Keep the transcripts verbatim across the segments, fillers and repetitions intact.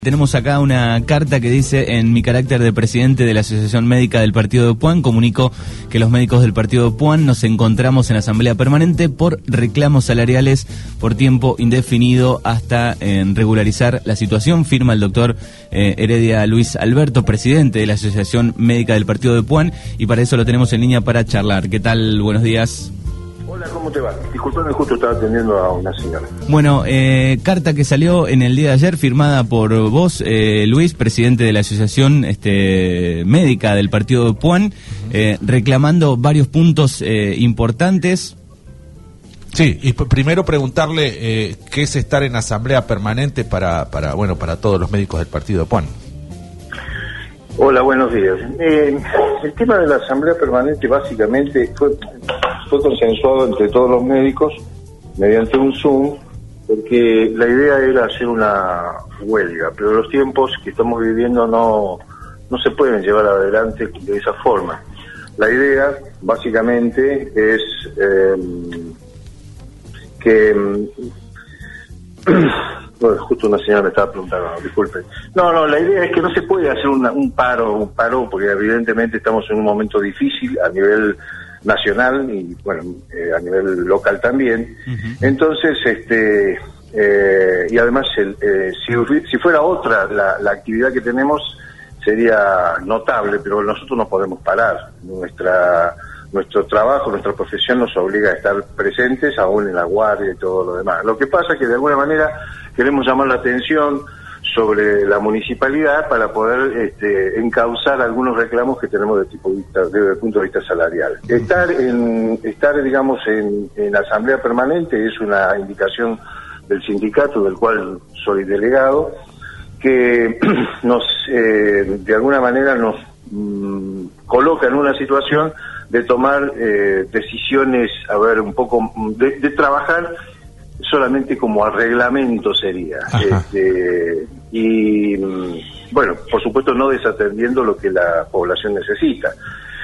Tenemos acá una carta que dice: en mi carácter de presidente de la Asociación Médica del Partido de Puan, comunico que los médicos del Partido de Puan nos encontramos en asamblea permanente por reclamos salariales por tiempo indefinido hasta eh, regularizar la situación. Firma el doctor eh, Heredia Luis Alberto, presidente de la Asociación Médica del Partido de Puan, y para eso lo tenemos en línea para charlar. ¿Qué tal? Buenos días. Hola, ¿cómo te va? Disculpame, justo estaba atendiendo a una señora. Bueno, eh, carta que salió en el día de ayer, firmada por vos, eh, Luis, presidente de la Asociación este, Médica del Partido de Puan, eh, reclamando varios puntos eh, importantes. Sí, y primero preguntarle eh, qué es estar en asamblea permanente para, para, bueno, para todos los médicos del Partido de Puan. Hola, buenos días. Eh, el tema de la asamblea permanente básicamente fue, fue consensuado entre todos los médicos mediante un Zoom, porque la idea era hacer una huelga, pero los tiempos que estamos viviendo no, no se pueden llevar adelante de esa forma. La idea básicamente es eh, que... Bueno, justo una señora me estaba preguntando, disculpen. No, no, la idea es que no se puede hacer una, un paro, un paro, porque evidentemente estamos en un momento difícil a nivel nacional y, bueno, eh, a nivel local también. Uh-huh. Entonces, este, eh, y además, el, eh, si, si fuera otra la, la actividad que tenemos, sería notable, pero nosotros no podemos parar. Nuestra... Nuestro trabajo, nuestra profesión nos obliga a estar presentes aún en la guardia y todo lo demás. Lo que pasa es que de alguna manera queremos llamar la atención sobre la municipalidad para poder este, encauzar algunos reclamos que tenemos de tipo vista, desde el punto de vista salarial. Estar en, estar digamos en, en asamblea permanente es una indicación del sindicato del cual soy delegado, que nos eh, de alguna manera nos mmm, coloca en una situación de tomar eh, decisiones, a ver, un poco, de, de trabajar solamente como a reglamento sería. Este, y, bueno, por supuesto no desatendiendo lo que la población necesita.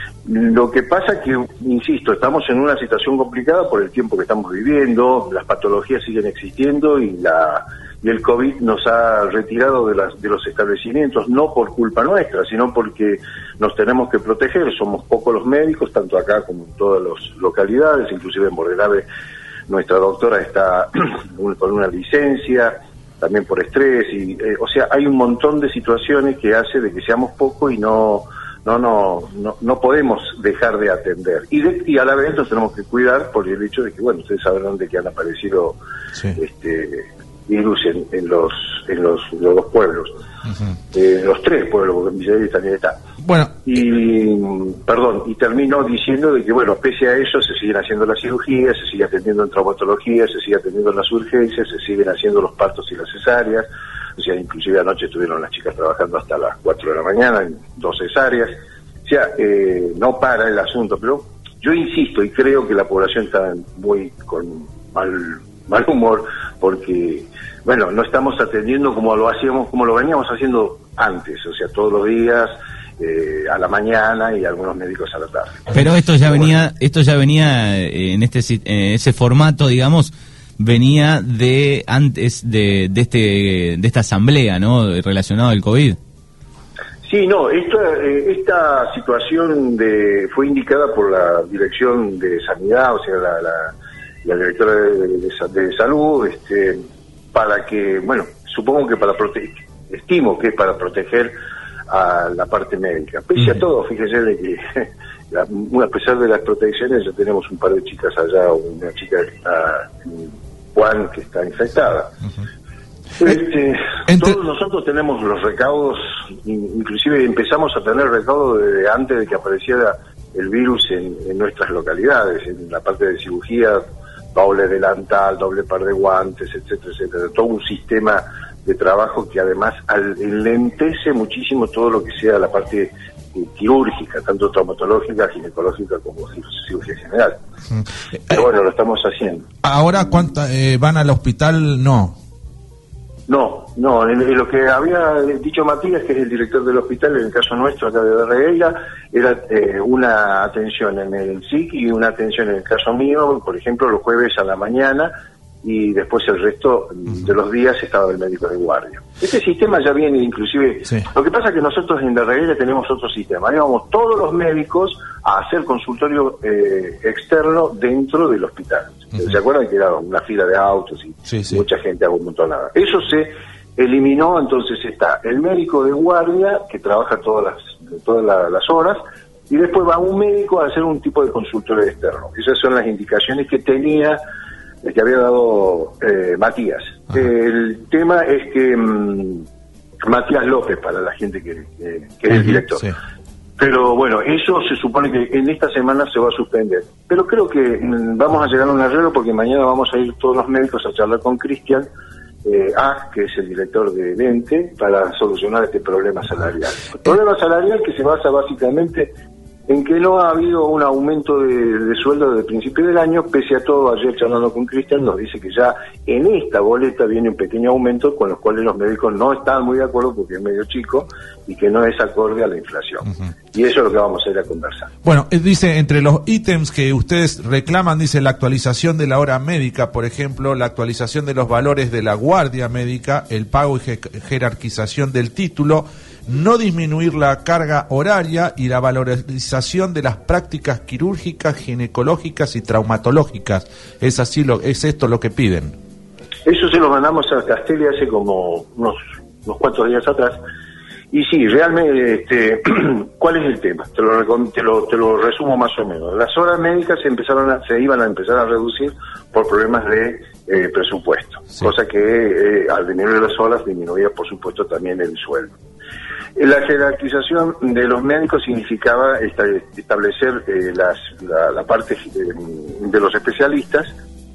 Lo que pasa que, insisto, estamos en una situación complicada por el tiempo que estamos viviendo, las patologías siguen existiendo y la y el COVID nos ha retirado de, las, de los establecimientos, no por culpa nuestra, sino porque nos tenemos que proteger. Somos pocos los médicos, tanto acá como en todas las localidades, inclusive en Bordelave nuestra doctora está con una licencia, también por estrés, y eh, o sea, hay un montón de situaciones que hace de que seamos pocos y no no no no, no podemos dejar de atender. Y, de, y a la vez nos tenemos que cuidar por el hecho de que, bueno, ustedes sabrán de que han aparecido sí. este virus en, en los en los, los dos pueblos, uh-huh. eh, los tres pueblos, porque en Villa también está. Bueno, y perdón, y termino diciendo de que, bueno, pese a eso se siguen haciendo las cirugías, se sigue atendiendo en traumatología, se sigue atendiendo en las urgencias, se siguen haciendo los partos y las cesáreas. O sea, inclusive anoche estuvieron las chicas trabajando hasta las cuatro de la mañana en dos cesáreas. O sea, eh, no para el asunto, pero yo insisto y creo que la población está muy con mal mal humor porque, bueno, no estamos atendiendo como lo hacíamos, como lo veníamos haciendo antes, o sea, todos los días, eh, a la mañana y algunos médicos a la tarde. Pero esto ya venía, esto ya venía en este eh, ese formato, digamos, venía de antes de, de este de esta asamblea, ¿no? Relacionado al COVID. Sí, no, esta, eh, esta situación de fue indicada por la Dirección de Sanidad, o sea, la, la la directora de, de, de salud, este, para que, bueno, supongo que para proteger, estimo que es para proteger a la parte médica. Pese a todo, fíjese de que, a pesar de las protecciones, ya tenemos un par de chicas allá, una chica que está en Juan, que está infectada. Uh-huh. Este, Entre... Todos nosotros tenemos los recaudos, inclusive empezamos a tener recaudos desde antes de que apareciera el virus en, en nuestras localidades, en la parte de cirugía, doble delantal, doble par de guantes, etcétera, etcétera. Todo un sistema de trabajo que además enlentece muchísimo todo lo que sea la parte eh, quirúrgica, tanto traumatológica, ginecológica como cirugía general. Mm. Pero bueno, lo estamos haciendo. ¿Ahora cuánta, eh, van al hospital? No. No, no, en, en lo que había dicho Matías, que es el director del hospital, en el caso nuestro acá de Darregueira, era eh, una atención en el S I C y una atención en el caso mío, por ejemplo, los jueves a la mañana y después el resto de los días estaba el médico de guardia. Este sistema ya viene inclusive, sí. Lo que pasa es que nosotros en la reguera tenemos otro sistema, íbamos todos los médicos a hacer consultorio eh, externo dentro del hospital. Uh-huh. ¿Se acuerdan que era una fila de autos y sí, sí. mucha gente amontonada? Eso se eliminó, entonces está el médico de guardia que trabaja todas las, todas la, las horas, y después va un médico a hacer un tipo de consultorio externo. Esas son las indicaciones que tenía el que había dado eh, Matías. Ajá. El tema es que mmm, Matías López, para la gente que, que, que es el director. Sí. Pero bueno, eso se supone que en esta semana se va a suspender. Pero creo que mmm, vamos a llegar a un arreglo porque mañana vamos a ir todos los médicos a charlar con Cristian eh, A, que es el director del ente, para solucionar este problema salarial. El problema salarial que se basa básicamente en que no ha habido un aumento de, de sueldo desde el principio del año. Pese a todo, ayer charlando con Cristian nos dice que ya en esta boleta viene un pequeño aumento, con los cuales los médicos no están muy de acuerdo porque es medio chico y que no es acorde a la inflación. Uh-huh. Y eso es lo que vamos a ir a conversar. Bueno, dice, entre los ítems que ustedes reclaman, dice la actualización de la hora médica, por ejemplo, la actualización de los valores de la guardia médica, el pago y je- jerarquización del título, no disminuir la carga horaria y la valorización de las prácticas quirúrgicas, ginecológicas y traumatológicas. ¿Es así lo, es esto lo que piden? Eso se lo mandamos a Castelli hace como unos, unos cuantos días atrás. Y sí, realmente, este, ¿cuál es el tema? Te lo, te, lo, te lo resumo más o menos. Las horas médicas se empezaron a, se iban a empezar a reducir por problemas de eh, presupuesto, sí. Cosa que eh, al disminuir las horas disminuía, por supuesto, también el sueldo. La jerarquización de los médicos significaba establecer eh, las, la, la parte de, de los especialistas,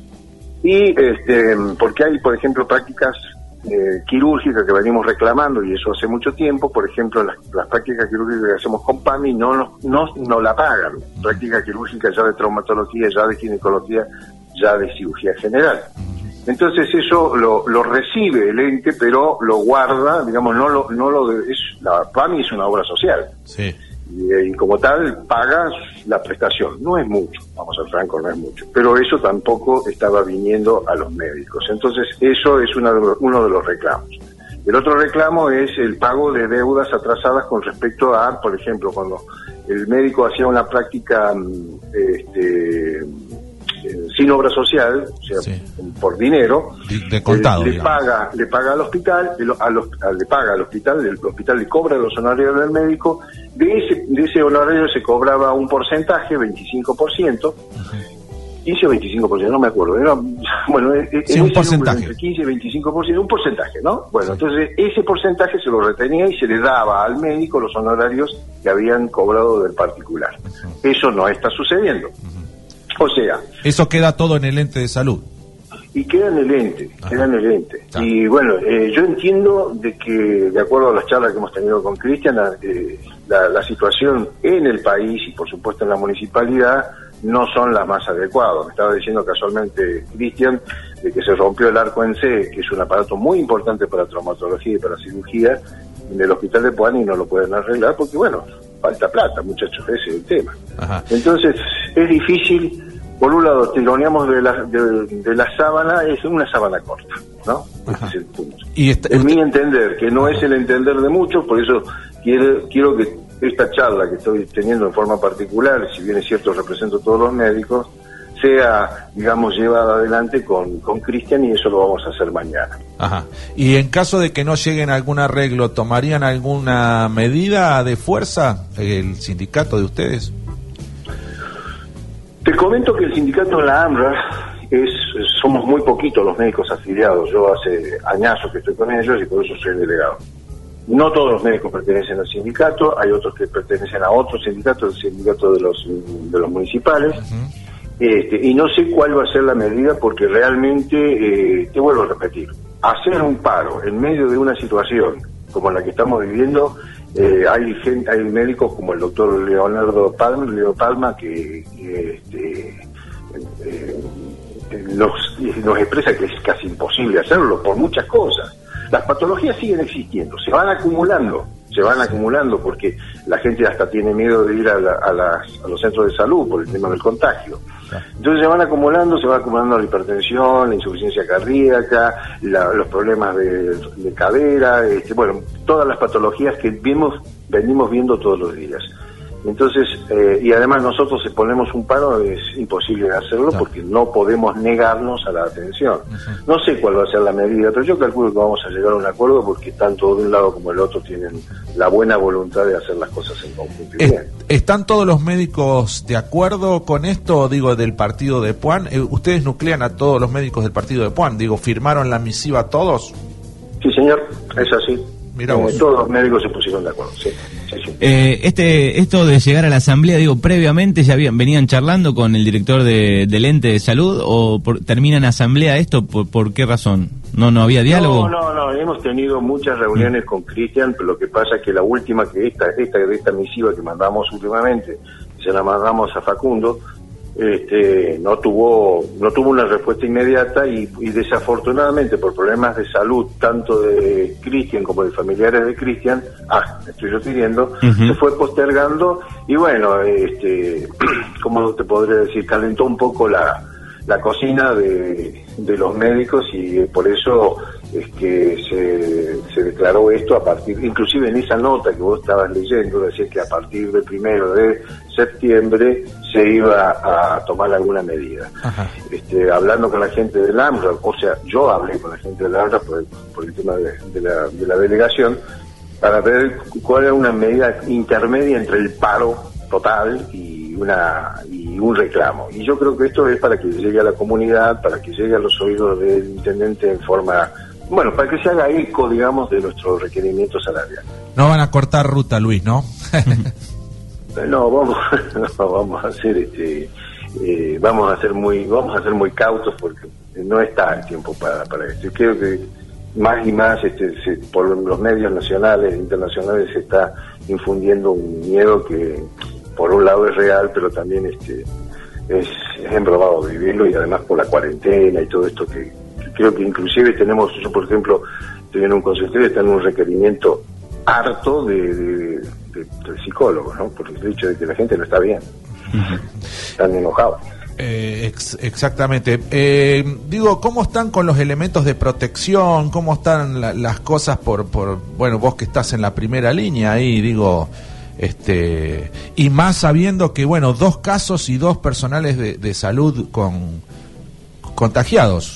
y este, porque hay, por ejemplo, prácticas eh, quirúrgicas que venimos reclamando, y eso hace mucho tiempo. Por ejemplo, las, las prácticas quirúrgicas que hacemos con PAMI no nos no, no la pagan. Prácticas quirúrgicas ya de traumatología, ya de ginecología, ya de cirugía general. Entonces eso lo, lo recibe el ente, pero lo guarda, digamos, no lo, no lo es, la PAMI es una obra social. Sí. Y, y como tal paga la prestación. No es mucho, vamos a ser francos, no es mucho. Pero eso tampoco estaba viniendo a los médicos. Entonces eso es una de los, uno de los reclamos. El otro reclamo es el pago de deudas atrasadas con respecto a, por ejemplo, cuando el médico hacía una práctica este, sin obra social, o sea, sí. por dinero, de, de contado, le, le paga le paga al hospital, a los, a, le paga al hospital, el hospital le cobra los honorarios del médico. De ese de ese honorario se cobraba un porcentaje, veinticinco por ciento, uh-huh. quince o veinticinco por ciento, no me acuerdo. Era, bueno, sí, un porcentaje. Entre quince y veinticinco por ciento, un porcentaje, ¿no? Bueno, sí. Entonces ese porcentaje se lo retenía y se le daba al médico los honorarios que habían cobrado del particular. Uh-huh. Eso no está sucediendo. Uh-huh. O sea... Eso queda todo en el ente de salud. Y queda en el ente, Ajá. queda en el ente. Ajá. Y bueno, eh, yo entiendo de que, de acuerdo a las charlas que hemos tenido con Cristian, la, eh, la, la situación en el país y por supuesto en la municipalidad no son las más adecuadas. Me estaba diciendo casualmente Cristian de que se rompió el arco en C, que es un aparato muy importante para traumatología y para cirugía, en el hospital de Puan, y no lo pueden arreglar porque, bueno, falta plata, muchachos, ese es el tema. Ajá. Entonces, es difícil. Por un lado, tironeamos de la, de, de la sábana, es una sábana corta, ¿no? Ese es el punto. Y esta, es usted... mi entender, que no es el entender de muchos, por eso quiero, quiero que esta charla que estoy teniendo en forma particular, si bien es cierto represento a todos los médicos, sea, digamos, llevada adelante con con Cristian, y eso lo vamos a hacer mañana. Ajá. Y en caso de que no lleguen a algún arreglo, ¿tomarían alguna medida de fuerza el sindicato de ustedes? Te comento que el sindicato de la AMRA es, somos muy poquitos los médicos afiliados. Yo hace añazos que estoy con ellos y por eso soy delegado. No todos los médicos pertenecen al sindicato, hay otros que pertenecen a otros sindicatos, el sindicato de los de los municipales. Uh-huh. Este, y no sé cuál va a ser la medida, porque realmente, eh, te vuelvo a repetir, hacer un paro en medio de una situación como la que estamos viviendo, eh, hay gente, hay médicos como el doctor Leonardo Palma, Leo Palma, que, que este, eh, nos, nos expresa que es casi imposible hacerlo por muchas cosas. Las patologías siguen existiendo, se van acumulando, se van acumulando porque la gente hasta tiene miedo de ir a, la, a, las, a los centros de salud por el tema del contagio. Entonces se van acumulando, se va acumulando la hipertensión, la insuficiencia cardíaca, la, los problemas de, de cadera, este, bueno, todas las patologías que vimos, venimos viendo todos los días. Entonces, eh, y además nosotros si ponemos un paro es imposible hacerlo porque no podemos negarnos a la atención. No sé cuál va a ser la medida, pero yo calculo que vamos a llegar a un acuerdo porque tanto de un lado como el otro tienen la buena voluntad de hacer las cosas en conjunto. Es, ¿Están todos los médicos de acuerdo con esto, digo, del partido de Puan? Eh, ¿Ustedes nuclean a todos los médicos del partido de Puan? Digo, ¿firmaron la misiva todos? Sí, señor, es así. Mirá eh, vos. todos los médicos se pusieron de acuerdo, sí. sí, sí. Eh, este, esto de llegar a la asamblea, digo, previamente ya habían, venían charlando con el director de, del ente de salud o por, terminan asamblea esto, ¿por, por qué razón? ¿No no había diálogo? No, no, no, hemos tenido muchas reuniones con Cristian, pero lo que pasa es que la última, que esta, esta, esta misiva que mandamos últimamente, se la mandamos a Facundo, este, no tuvo no tuvo una respuesta inmediata y, y desafortunadamente por problemas de salud tanto de Cristian como de familiares de Cristian, ah, me estoy refiriendo, uh-huh. se fue postergando y bueno, este, ¿cómo te podría decir? Calentó un poco la, la cocina de, de los médicos y por eso es que se, se declaró esto a partir, inclusive en esa nota que vos estabas leyendo, decía que a partir del primero de septiembre se iba a tomar alguna medida. Este, hablando con la gente del AMRA, o sea, yo hablé con la gente del AMRA por el, por el tema de, de, la, de la delegación, para ver cuál era una medida intermedia entre el paro total y una y un reclamo. Y yo creo que esto es para que llegue a la comunidad, para que llegue a los oídos del intendente en forma... Bueno, para que se haga eco, digamos, de nuestros requerimientos salariales. No van a cortar ruta, Luis, ¿no? no, vamos, no, vamos a hacer, este, eh, vamos a ser muy, vamos a ser muy cautos porque no está el tiempo para para esto. Yo creo que más y más, este, se, por los medios nacionales e internacionales se está infundiendo un miedo que, por un lado es real, pero también, este, es, es embromado vivirlo y además por la cuarentena y todo esto que creo que inclusive tenemos, yo por ejemplo, estoy en un consultorio, está en un requerimiento harto de, de, de, del psicólogo, ¿no? Por el hecho de que la gente no está bien, uh-huh. están enojados. Eh, ex- exactamente. Eh, digo, ¿cómo están con los elementos de protección? ¿Cómo están la, las cosas por, por, bueno, vos que estás en la primera línea ahí, digo, este, y más sabiendo que, bueno, dos casos y dos personales de, de salud con contagiados?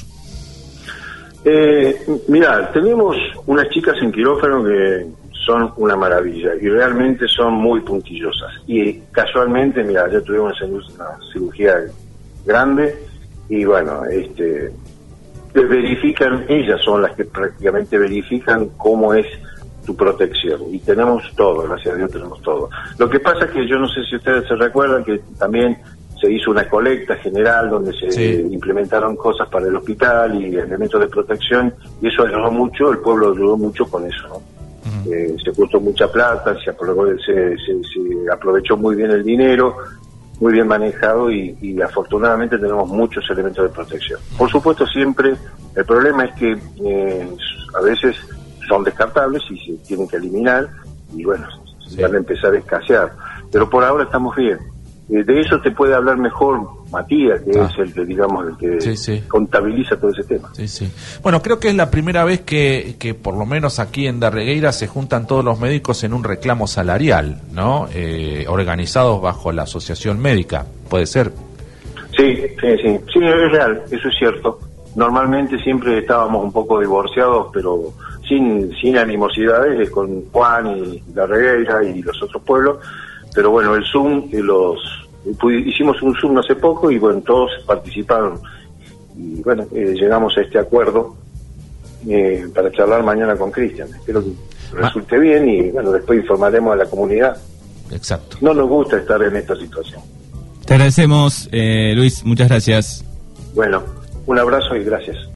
Eh, mira, tenemos unas chicas en quirófano que son una maravilla y realmente son muy puntillosas. Y casualmente, mira, ya tuvimos una cirugía grande y bueno, este, verifican, ellas son las que prácticamente verifican cómo es tu protección. Y tenemos todo, gracias a Dios tenemos todo. Lo que pasa es que yo no sé si ustedes se recuerdan que también se hizo una colecta general donde se sí. implementaron cosas para el hospital y elementos de protección y eso ayudó mucho, el pueblo ayudó mucho con eso, ¿no? Uh-huh. Eh, se puso mucha plata, se, apro- se, se, se aprovechó muy bien el dinero, muy bien manejado y, y afortunadamente tenemos muchos elementos de protección. Por supuesto siempre, el problema es que eh, a veces son descartables y se tienen que eliminar y bueno, sí. van a empezar a escasear, pero por ahora estamos bien. De eso te puede hablar mejor Matías, que ah. es el que, digamos, el que sí, sí. contabiliza todo ese tema. Sí, sí. Bueno, creo que es la primera vez que, que por lo menos aquí en Darregueira se juntan todos los médicos en un reclamo salarial, ¿no? Eh, organizados bajo la asociación médica, ¿puede ser? Sí, sí, sí, sí, es real, eso es cierto. Normalmente siempre estábamos un poco divorciados, pero sin, sin animosidades, con Juan y Darregueira y los otros pueblos. Pero bueno, el Zoom, y los hicimos un Zoom hace poco y bueno, todos participaron. Y bueno, eh, llegamos a este acuerdo eh, para charlar mañana con Cristian. Espero que resulte bien y bueno, después informaremos a la comunidad. Exacto. No nos gusta estar en esta situación. Te agradecemos, eh, Luis, muchas gracias. Bueno, un abrazo y gracias.